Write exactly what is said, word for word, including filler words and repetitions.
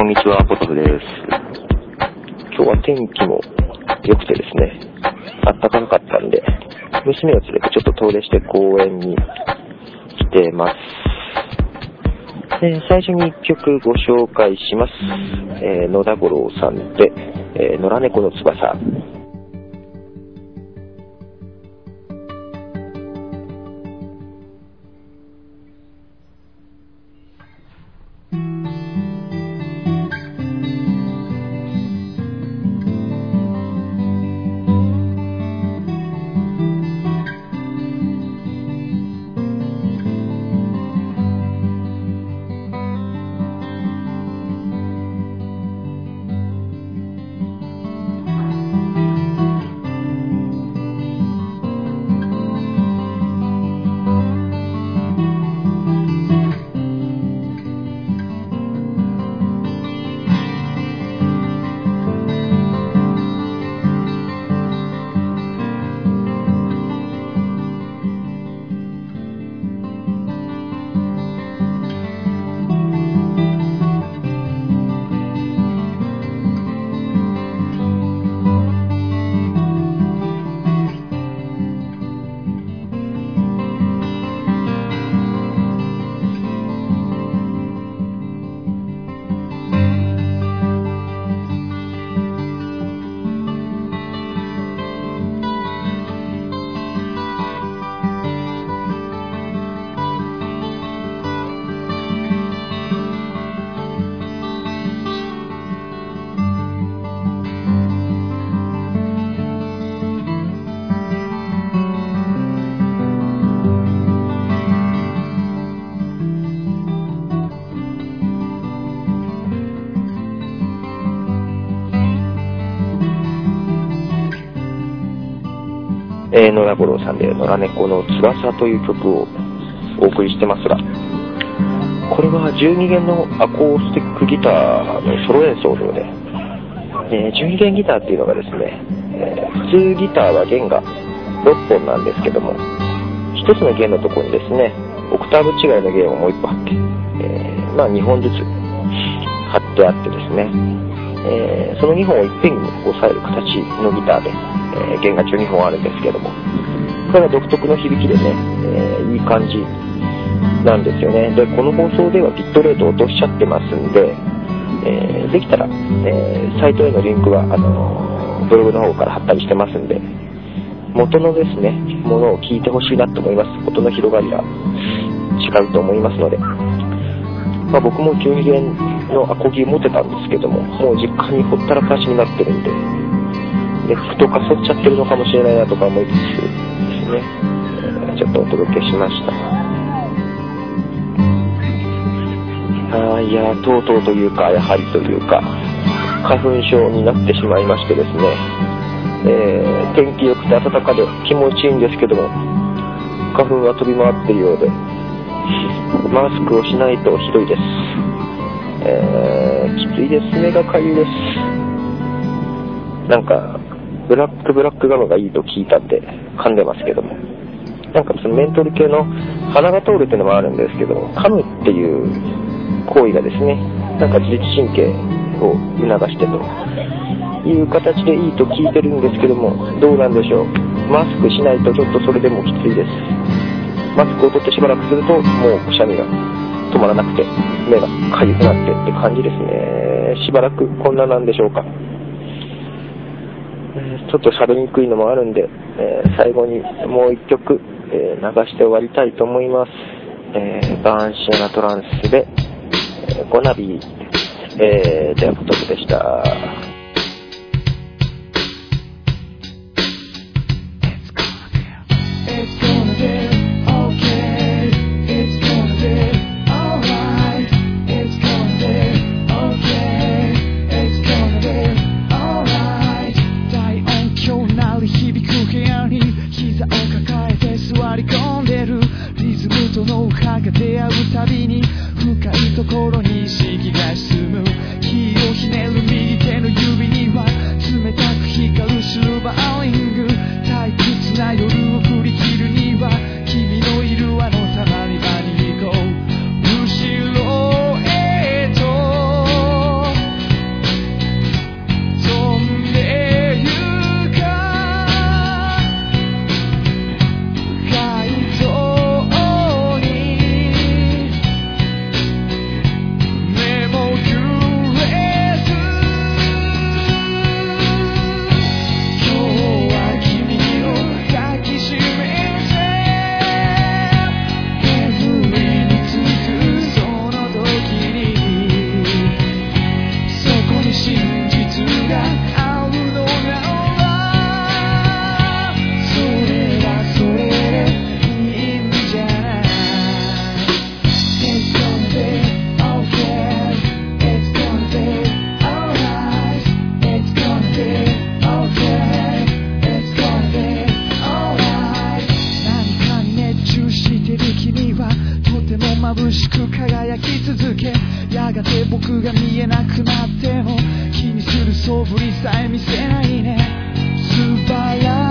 こんにちは、ポトフです。今日は天気も良くてですね、暖かかったんで、娘を連れてちょっと遠出して公園に来てます。えー、最初にいっきょくご紹介します。えー、野田五郎さんで、えー、野良猫の翼。えー、野良五郎さんで野良猫の翼という曲をお送りしてますが、これはじゅうにげんのアコースティックギターのソロ演奏のようで、えー、じゅうにげんギターっていうのがですね、えー、普通ギターは弦がろっぽんなんですけども、ひとつの弦のところにですね、オクターブ違いの弦をもういっぽん貼って、えー、まあにほんずつ貼ってあってですね、えー、そのにほんをいっぺんに押さえる形のギターで、えー、弦がじゅうにほんあるんですけども、これは独特の響きでね、えー、いい感じなんですよね。で、この放送ではビットレートを落としちゃってますんで、えー、できたら、えー、サイトへのリンクはあのー、ブログの方から貼ったりしてますんで、元のですね、ものを聞いてほしいなと思います。音の広がりが違うと思いますので、まあ、僕もじゅうにげんのアコギ持ってたんですけども、もう実家にほったらかしになってるんで、で、ふとかそっちゃってるのかもしれないなとか思いつつですね、えー、ちょっとお届けしました。あいや、とうとうというか、やはりというか、花粉症になってしまいましてですね、えー、天気良くて暖かで気持ちいいんですけども、花粉は飛び回っているようで、マスクをしないとひどいです。えー、きついです。目がかゆいです。なんかブラックブラックガムがいいと聞いたって噛んでますけども、なんかそのメントル系の鼻が通るっていうのもあるんですけども、噛むっていう行為がですね、なんか自律神経を促してという形でいいと聞いてるんですけども、どうなんでしょう。マスクしないとちょっとそれでもきついです。マスクを取ってしばらくするともうくしゃみが止まらなくて目がかゆくなってって感じですね。しばらくこんななんでしょうか。ちょっと喋りにくいのもあるんで、えー、最後にもう一曲、えー、流して終わりたいと思います。えー、バーンシアナトランスで、えー、ゴナビー、えー、ではポトフでした。 眩しく輝き続け、やがて僕が見えなくなっても気にする素振りさえ見せないね。素早